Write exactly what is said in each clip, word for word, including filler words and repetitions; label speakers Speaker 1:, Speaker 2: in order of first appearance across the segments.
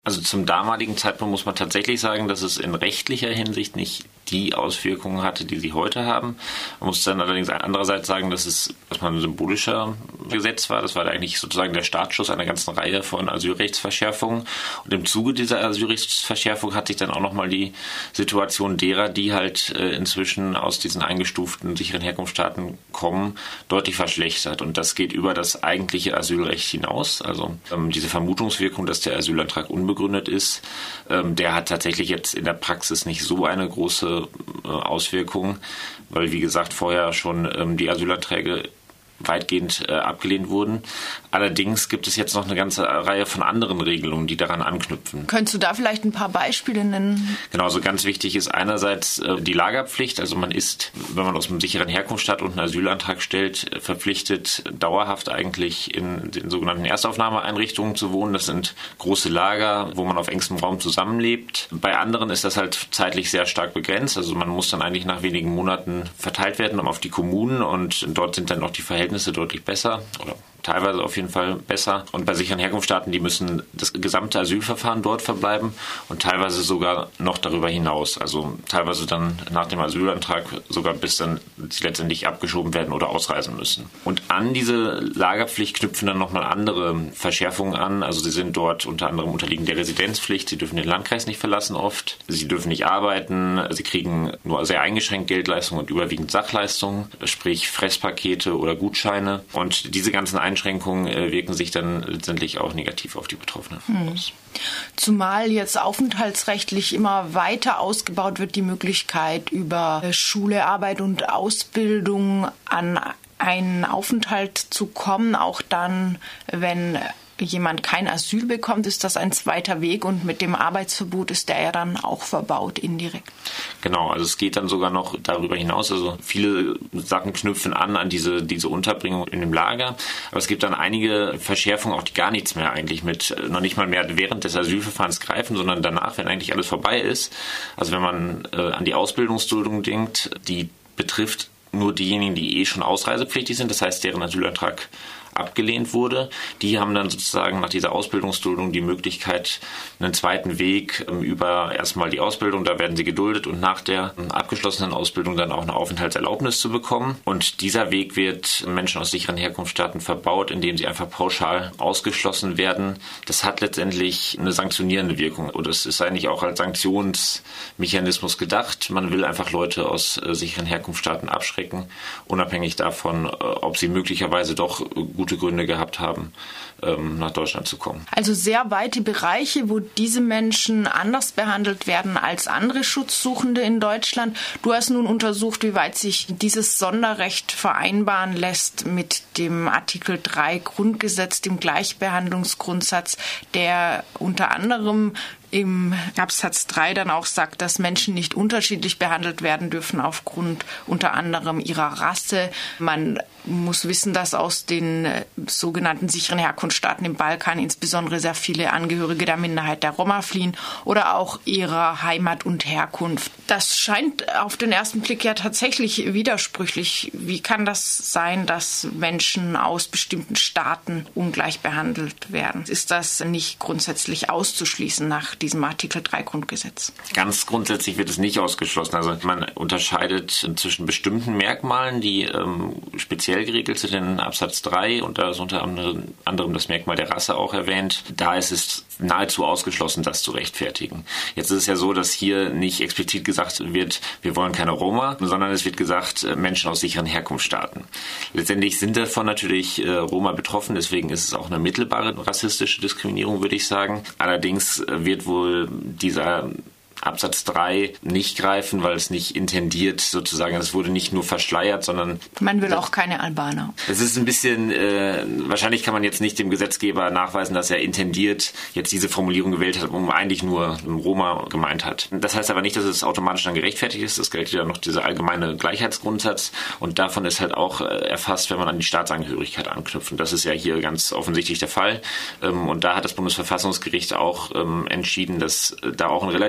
Speaker 1: Also zum damaligen Zeitpunkt muss man tatsächlich sagen, dass es in rechtlicher Hinsicht nicht die Auswirkungen hatte, die sie heute haben. Man muss dann allerdings andererseits sagen, dass es erstmal ein symbolischer Gesetz war. Das war eigentlich sozusagen der Startschuss einer ganzen Reihe von Asylrechtsverschärfungen. Und im Zuge dieser Asylrechtsverschärfung hat sich dann auch nochmal die Situation derer, die halt inzwischen aus diesen eingestuften sicheren Herkunftsstaaten kommen, deutlich verschlechtert. Und das geht über das eigentliche Asylrecht hinaus. Also ähm, diese Vermutungswirkung, dass der Asylantrag unbegründet begründet ist, ähm, der hat tatsächlich jetzt in der Praxis nicht so eine große äh, Auswirkung, weil wie gesagt vorher schon ähm, die Asylanträge weitgehend äh, abgelehnt wurden. Allerdings gibt es jetzt noch eine ganze Reihe von anderen Regelungen, die daran anknüpfen.
Speaker 2: Könntest du da vielleicht ein paar Beispiele nennen?
Speaker 1: Genau, so ganz wichtig ist einerseits äh, die Lagerpflicht. Also man ist, wenn man aus einem sicheren Herkunftsstaat und einen Asylantrag stellt, verpflichtet, dauerhaft eigentlich in den sogenannten Erstaufnahmeeinrichtungen zu wohnen. Das sind große Lager, wo man auf engstem Raum zusammenlebt. Bei anderen ist das halt zeitlich sehr stark begrenzt. Also man muss dann eigentlich nach wenigen Monaten verteilt werden auf die Kommunen und dort sind dann auch die Verhältnisse deutlich besser oder teilweise auf jeden Fall besser. Und bei sicheren Herkunftsstaaten, die müssen das gesamte Asylverfahren dort verbleiben und teilweise sogar noch darüber hinaus. Also teilweise dann nach dem Asylantrag sogar bis dann sie letztendlich abgeschoben werden oder ausreisen müssen. Und an diese Lagerpflicht knüpfen dann nochmal andere Verschärfungen an. Also sie sind dort unter anderem unterliegen der Residenzpflicht. Sie dürfen den Landkreis nicht verlassen oft. Sie dürfen nicht arbeiten. Sie kriegen nur sehr eingeschränkt Geldleistungen und überwiegend Sachleistungen, sprich Fresspakete oder Gutscheine. Und diese ganzen Einschränkungen äh, wirken sich dann letztendlich auch negativ auf die Betroffenen
Speaker 2: hm. aus. Zumal jetzt aufenthaltsrechtlich immer weiter ausgebaut wird, die Möglichkeit über Schule, Arbeit und Ausbildung an einen Aufenthalt zu kommen, auch dann, wenn jemand kein Asyl bekommt, ist das ein zweiter Weg und mit dem Arbeitsverbot ist der ja dann auch verbaut indirekt.
Speaker 1: Genau, also es geht dann sogar noch darüber hinaus. Also viele Sachen knüpfen an an diese, diese Unterbringung in dem Lager. Aber es gibt dann einige Verschärfungen, auch die gar nichts mehr eigentlich mit, noch nicht mal mehr während des Asylverfahrens greifen, sondern danach, wenn eigentlich alles vorbei ist. Also wenn man äh, an die Ausbildungsduldung denkt, die betrifft nur diejenigen, die eh schon ausreisepflichtig sind, das heißt, deren Asylantrag abgelehnt wurde. Die haben dann sozusagen nach dieser Ausbildungsduldung die Möglichkeit, einen zweiten Weg über erstmal die Ausbildung, da werden sie geduldet und nach der abgeschlossenen Ausbildung dann auch eine Aufenthaltserlaubnis zu bekommen. Und dieser Weg wird Menschen aus sicheren Herkunftsstaaten verbaut, indem sie einfach pauschal ausgeschlossen werden. Das hat letztendlich eine sanktionierende Wirkung oder es ist eigentlich auch als Sanktionsmechanismus gedacht. Man will einfach Leute aus sicheren Herkunftsstaaten abschrecken, unabhängig davon, ob sie möglicherweise doch gute Gründe gehabt haben, nach Deutschland zu kommen.
Speaker 2: Also sehr weite Bereiche, wo diese Menschen anders behandelt werden als andere Schutzsuchende in Deutschland. Du hast nun untersucht, wie weit sich dieses Sonderrecht vereinbaren lässt mit dem Artikel drei Grundgesetz, dem Gleichbehandlungsgrundsatz, der unter anderem im Absatz drei dann auch sagt, dass Menschen nicht unterschiedlich behandelt werden dürfen aufgrund unter anderem ihrer Rasse. Man muss wissen, dass aus den äh, sogenannten sicheren Herkunftsstaaten im Balkan insbesondere sehr viele Angehörige der Minderheit der Roma fliehen oder auch ihrer Heimat und Herkunft. Das scheint auf den ersten Blick ja tatsächlich widersprüchlich. Wie kann das sein, dass Menschen aus bestimmten Staaten ungleich behandelt werden? Ist das nicht grundsätzlich auszuschließen nach diesem Artikel drei Grundgesetz?
Speaker 1: Ganz grundsätzlich wird es nicht ausgeschlossen. Also man unterscheidet zwischen bestimmten Merkmalen, die ähm, speziell geregelt sind in Absatz drei und da ist unter anderem das Merkmal der Rasse auch erwähnt. Da ist es nahezu ausgeschlossen, das zu rechtfertigen. Jetzt ist es ja so, dass hier nicht explizit gesagt wird, wir wollen keine Roma, sondern es wird gesagt, Menschen aus sicheren Herkunftsstaaten. Letztendlich sind davon natürlich äh, Roma betroffen, deswegen ist es auch eine mittelbare rassistische Diskriminierung, würde ich sagen. Allerdings wird wohl dieser Absatz drei nicht greifen, weil es nicht intendiert sozusagen, es wurde nicht nur verschleiert, sondern...
Speaker 2: Man will auch keine Albaner.
Speaker 1: Es ist ein bisschen, äh, wahrscheinlich kann man jetzt nicht dem Gesetzgeber nachweisen, dass er intendiert jetzt diese Formulierung gewählt hat, um eigentlich nur Roma gemeint hat. Das heißt aber nicht, dass es automatisch dann gerechtfertigt ist, es gilt ja noch dieser allgemeine Gleichheitsgrundsatz und davon ist halt auch äh, erfasst, wenn man an die Staatsangehörigkeit anknüpft. Und das ist ja hier ganz offensichtlich der Fall. Ähm, und da hat das Bundesverfassungsgericht auch ähm, entschieden, dass äh, da auch ein relativ strenger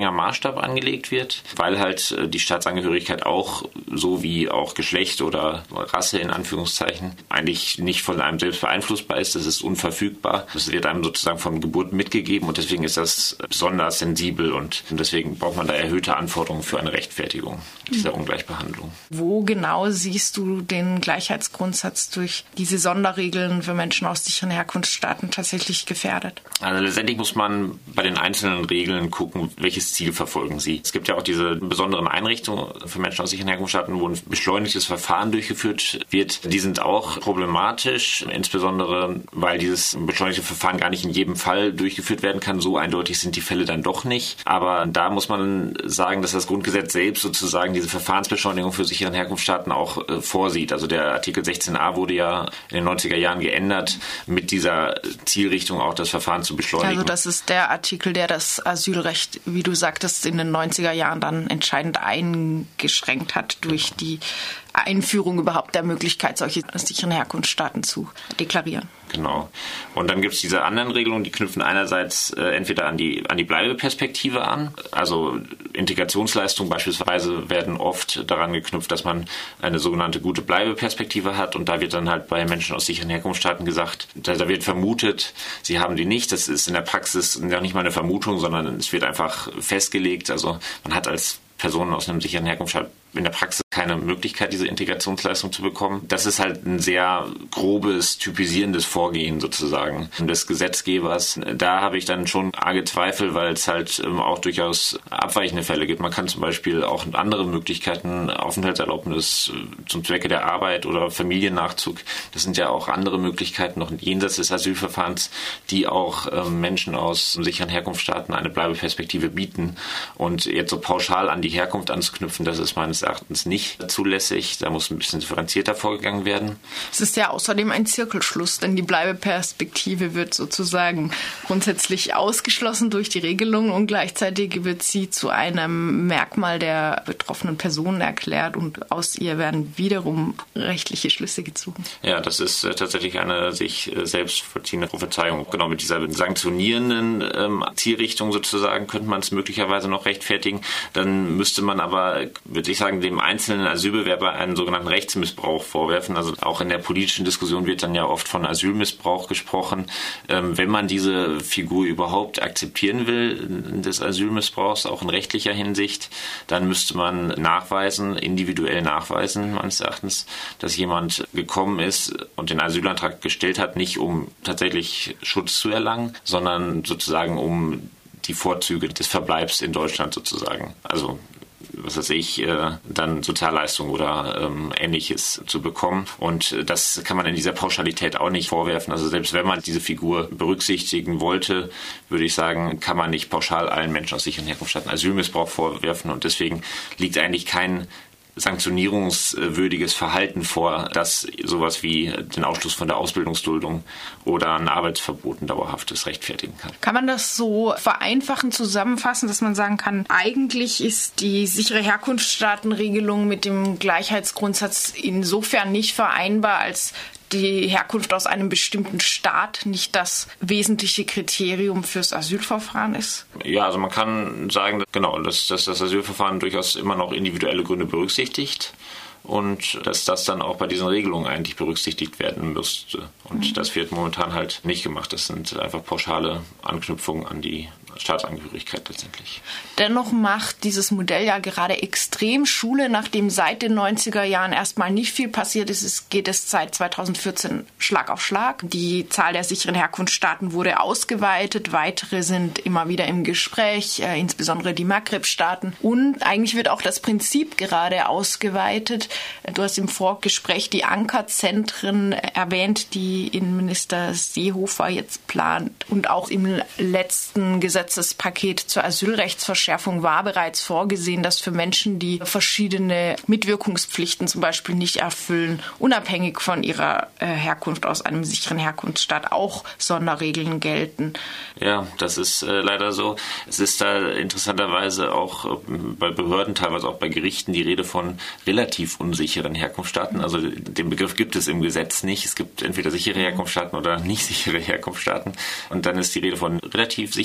Speaker 1: strenger Maßstab angelegt wird, weil halt die Staatsangehörigkeit auch, so wie auch Geschlecht oder Rasse in Anführungszeichen, eigentlich nicht von einem selbst beeinflussbar ist. Das ist unverfügbar. Das wird einem sozusagen von Geburt mitgegeben und deswegen ist das besonders sensibel und deswegen braucht man da erhöhte Anforderungen für eine Rechtfertigung dieser Ungleichbehandlung.
Speaker 2: Wo genau siehst du den Gleichheitsgrundsatz durch diese Sonderregeln für Menschen aus sicheren Herkunftsstaaten tatsächlich gefährdet?
Speaker 1: Also letztendlich muss man bei den einzelnen Regeln gucken, welches Ziel verfolgen sie. Es gibt ja auch diese besonderen Einrichtungen für Menschen aus sicheren Herkunftsstaaten, wo ein beschleunigtes Verfahren durchgeführt wird. Die sind auch problematisch, insbesondere weil dieses beschleunigte Verfahren gar nicht in jedem Fall durchgeführt werden kann. So eindeutig sind die Fälle dann doch nicht. Aber da muss man sagen, dass das Grundgesetz selbst sozusagen diese Verfahrensbeschleunigung für sicheren Herkunftsstaaten auch äh, vorsieht. Also der Artikel sechzehn a wurde ja in den neunziger Jahren geändert, mit dieser Zielrichtung auch das Verfahren zu beschleunigen.
Speaker 2: Also das ist der Artikel, der das Asylrecht, wie du sagtest, in den neunziger Jahren dann entscheidend eingeschränkt hat durch die Einführung überhaupt der Möglichkeit, solche sicheren Herkunftsstaaten zu deklarieren.
Speaker 1: Genau. Und dann gibt es diese anderen Regelungen, die knüpfen einerseits äh, entweder an die, an die Bleibeperspektive an. Also Integrationsleistungen beispielsweise werden oft daran geknüpft, dass man eine sogenannte gute Bleibeperspektive hat. Und da wird dann halt bei Menschen aus sicheren Herkunftsstaaten gesagt, da, da wird vermutet, sie haben die nicht. Das ist in der Praxis noch nicht mal eine Vermutung, sondern es wird einfach festgelegt. Also man hat als Person aus einem sicheren Herkunftsstaat in der Praxis keine Möglichkeit, diese Integrationsleistung zu bekommen. Das ist halt ein sehr grobes, typisierendes Vorgehen sozusagen des Gesetzgebers. Da habe ich dann schon arge Zweifel, weil es halt auch durchaus abweichende Fälle gibt. Man kann zum Beispiel auch andere Möglichkeiten, Aufenthaltserlaubnis zum Zwecke der Arbeit oder Familiennachzug, das sind ja auch andere Möglichkeiten noch jenseits des Asylverfahrens, die auch Menschen aus sicheren Herkunftsstaaten eine Bleibeperspektive bieten. Und jetzt so pauschal an die Herkunft anzuknüpfen, das ist meines Erachtens nicht zulässig. Da muss ein bisschen differenzierter vorgegangen werden.
Speaker 2: Es ist ja außerdem ein Zirkelschluss, denn die Bleibeperspektive wird sozusagen grundsätzlich ausgeschlossen durch die Regelung und gleichzeitig wird sie zu einem Merkmal der betroffenen Personen erklärt und aus ihr werden wiederum rechtliche Schlüsse gezogen.
Speaker 1: Ja, das ist äh, tatsächlich eine sich äh, selbst vollziehende Prophezeiung. Genau, mit dieser sanktionierenden ähm, Zielrichtung sozusagen könnte man es möglicherweise noch rechtfertigen. Dann müsste man aber, würde ich sagen, dem einzelnen Asylbewerber einen sogenannten Rechtsmissbrauch vorwerfen. Also auch in der politischen Diskussion wird dann ja oft von Asylmissbrauch gesprochen. Ähm, wenn man diese Figur überhaupt akzeptieren will, des Asylmissbrauchs, auch in rechtlicher Hinsicht, dann müsste man nachweisen, individuell nachweisen, meines Erachtens, dass jemand gekommen ist und den Asylantrag gestellt hat, nicht um tatsächlich Schutz zu erlangen, sondern sozusagen um die Vorzüge des Verbleibs in Deutschland sozusagen. Also was weiß ich, äh, dann Sozialleistungen oder ähm, Ähnliches zu bekommen. Und das kann man in dieser Pauschalität auch nicht vorwerfen. Also selbst wenn man diese Figur berücksichtigen wollte, würde ich sagen, kann man nicht pauschal allen Menschen aus sicheren Herkunftsstaaten Asylmissbrauch vorwerfen. Und deswegen liegt eigentlich kein sanktionierungswürdiges Verhalten vor, das sowas wie den Ausschluss von der Ausbildungsduldung oder ein Arbeitsverbot, ein dauerhaftes, rechtfertigen kann.
Speaker 2: Kann man das so vereinfachen zusammenfassen, dass man sagen kann, eigentlich ist die sichere Herkunftsstaatenregelung mit dem Gleichheitsgrundsatz insofern nicht vereinbar, als die Herkunft aus einem bestimmten Staat nicht das wesentliche Kriterium fürs Asylverfahren ist?
Speaker 1: Ja, also man kann sagen, genau, dass, dass das Asylverfahren durchaus immer noch individuelle Gründe berücksichtigt und dass das dann auch bei diesen Regelungen eigentlich berücksichtigt werden müsste. Und mhm. das wird momentan halt nicht gemacht. Das sind einfach pauschale Anknüpfungen an die Staatsangehörigkeit letztendlich.
Speaker 2: Dennoch macht dieses Modell ja gerade extrem Schule, nachdem seit den neunziger Jahren erstmal nicht viel passiert ist. Es geht es seit zweitausendvierzehn Schlag auf Schlag. Die Zahl der sicheren Herkunftsstaaten wurde ausgeweitet. Weitere sind immer wieder im Gespräch, äh, insbesondere die Maghreb-Staaten. Und eigentlich wird auch das Prinzip gerade ausgeweitet. Du hast im Vorgespräch die Ankerzentren erwähnt, die Innenminister Seehofer jetzt plant. Und auch im letzten Gesetz Das Paket zur Asylrechtsverschärfung war bereits vorgesehen, dass für Menschen, die verschiedene Mitwirkungspflichten zum Beispiel nicht erfüllen, unabhängig von ihrer äh, Herkunft aus einem sicheren Herkunftsstaat auch Sonderregeln gelten.
Speaker 1: Ja, das ist äh, leider so. Es ist da interessanterweise auch äh, bei Behörden, teilweise auch bei Gerichten, die Rede von relativ unsicheren Herkunftsstaaten. Also den Begriff gibt es im Gesetz nicht. Es gibt entweder sichere Herkunftsstaaten oder nicht sichere Herkunftsstaaten. Und dann ist die Rede von relativ sicheren Herkunftsstaaten.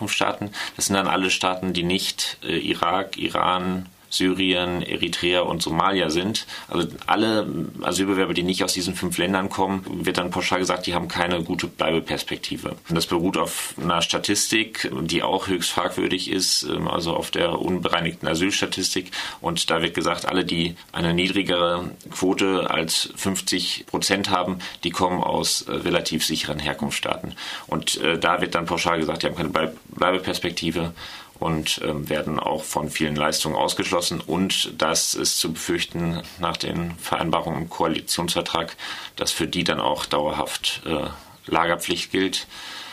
Speaker 1: Herkunftsstaaten. Das sind dann alle Staaten, die nicht äh, Irak, Iran, Syrien, Eritrea und Somalia sind. Also alle Asylbewerber, die nicht aus diesen fünf Ländern kommen, wird dann pauschal gesagt, die haben keine gute Bleibeperspektive. Und das beruht auf einer Statistik, die auch höchst fragwürdig ist, also auf der unbereinigten Asylstatistik. Und da wird gesagt, alle, die eine niedrigere Quote als fünfzig Prozent haben, die kommen aus relativ sicheren Herkunftsstaaten. Und äh, da wird dann pauschal gesagt, die haben keine Bleibeperspektive und ähm, werden auch von vielen Leistungen ausgeschlossen. Und das ist zu befürchten nach den Vereinbarungen im Koalitionsvertrag, dass für die dann auch dauerhaft äh, Lagerpflicht gilt.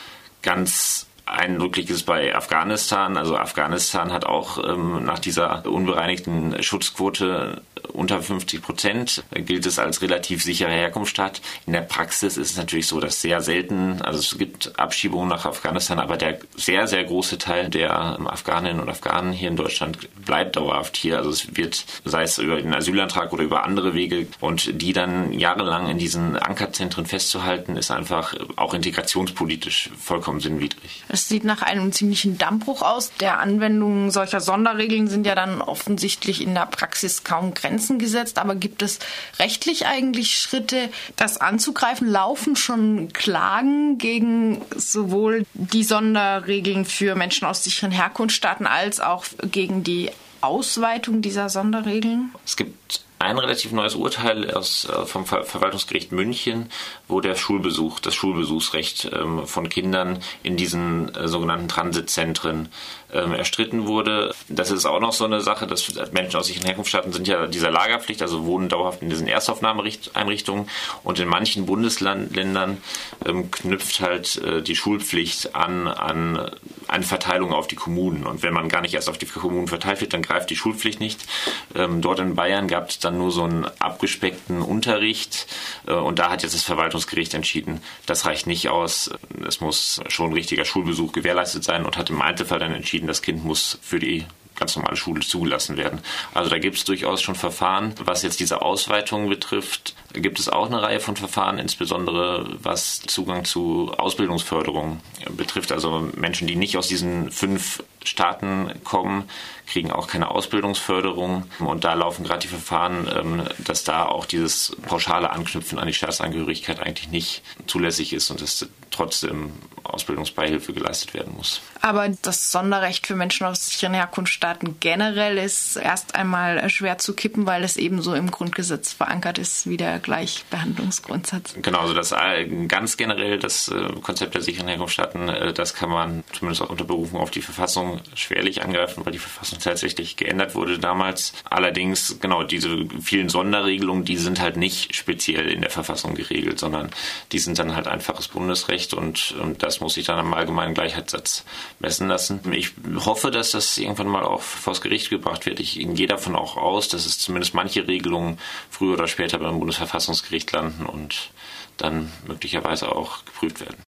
Speaker 1: Ganz eindrücklich ist bei Afghanistan. Also Afghanistan hat auch ähm, nach dieser unbereinigten Schutzquote unter fünfzig Prozent gilt es als relativ sicherer Herkunftsstaat. In der Praxis ist es natürlich so, dass sehr selten, also es gibt Abschiebungen nach Afghanistan, aber der sehr, sehr große Teil der Afghaninnen und Afghanen hier in Deutschland bleibt dauerhaft hier. Also es wird, sei es über den Asylantrag oder über andere Wege, und die dann jahrelang in diesen Ankerzentren festzuhalten, ist einfach auch integrationspolitisch vollkommen sinnwidrig.
Speaker 2: Das sieht nach einem ziemlichen Dammbruch aus. Der Anwendung solcher Sonderregeln sind ja dann offensichtlich in der Praxis kaum Grenzen gesetzt. Aber gibt es rechtlich eigentlich Schritte, das anzugreifen? Laufen schon Klagen gegen sowohl die Sonderregeln für Menschen aus sicheren Herkunftsstaaten als auch gegen die Ausweitung dieser Sonderregeln?
Speaker 1: Es gibt ein relativ neues Urteil aus, vom Ver- Verwaltungsgericht München, wo der Schulbesuch, das Schulbesuchsrecht ähm, von Kindern in diesen äh, sogenannten Transitzentren ähm, erstritten wurde. Das ist auch noch so eine Sache, dass Menschen aus sicheren Herkunftsstaaten sind ja dieser Lagerpflicht, also wohnen dauerhaft in diesen Erstaufnahmeeinrichtungen, und in manchen Bundesländern ähm, knüpft halt äh, die Schulpflicht an, an eine Verteilung auf die Kommunen. Und wenn man gar nicht erst auf die Kommunen verteilt wird, dann greift die Schulpflicht nicht. Ähm, dort in Bayern gab es dann nur so einen abgespeckten Unterricht, äh, und da hat jetzt das Verwaltungsgericht entschieden, das reicht nicht aus. Es muss schon ein richtiger Schulbesuch gewährleistet sein, und hat im Einzelfall dann entschieden, das Kind muss für die ganz normale Schule zugelassen werden. Also da gibt es durchaus schon Verfahren. Was jetzt diese Ausweitung betrifft, gibt es auch eine Reihe von Verfahren, insbesondere was Zugang zu Ausbildungsförderung betrifft. Also Menschen, die nicht aus diesen fünf Staaten kommen, kriegen auch keine Ausbildungsförderung. Und da laufen gerade die Verfahren, dass da auch dieses pauschale Anknüpfen an die Staatsangehörigkeit eigentlich nicht zulässig ist und dass trotzdem Ausbildungsbeihilfe geleistet werden muss.
Speaker 2: Aber das Sonderrecht für Menschen aus sicheren Herkunftsstaaten generell ist erst einmal schwer zu kippen, weil es eben so im Grundgesetz verankert ist wie der Gleichbehandlungsgrundsatz.
Speaker 1: Genau, also das ganz generell das Konzept der sicheren Herkunftsstaaten, das kann man zumindest auch unter Berufung auf die Verfassung schwerlich angreifen, weil die Verfassung tatsächlich geändert wurde damals. Allerdings, genau, diese vielen Sonderregelungen, die sind halt nicht speziell in der Verfassung geregelt, sondern die sind dann halt einfaches Bundesrecht, und, und das muss sich dann am allgemeinen Gleichheitssatz messen lassen. Ich hoffe, dass das irgendwann mal auch vors Gericht gebracht wird. Ich gehe davon auch aus, dass es zumindest manche Regelungen früher oder später beim Bundesverfassungsgericht landen und dann möglicherweise auch geprüft werden.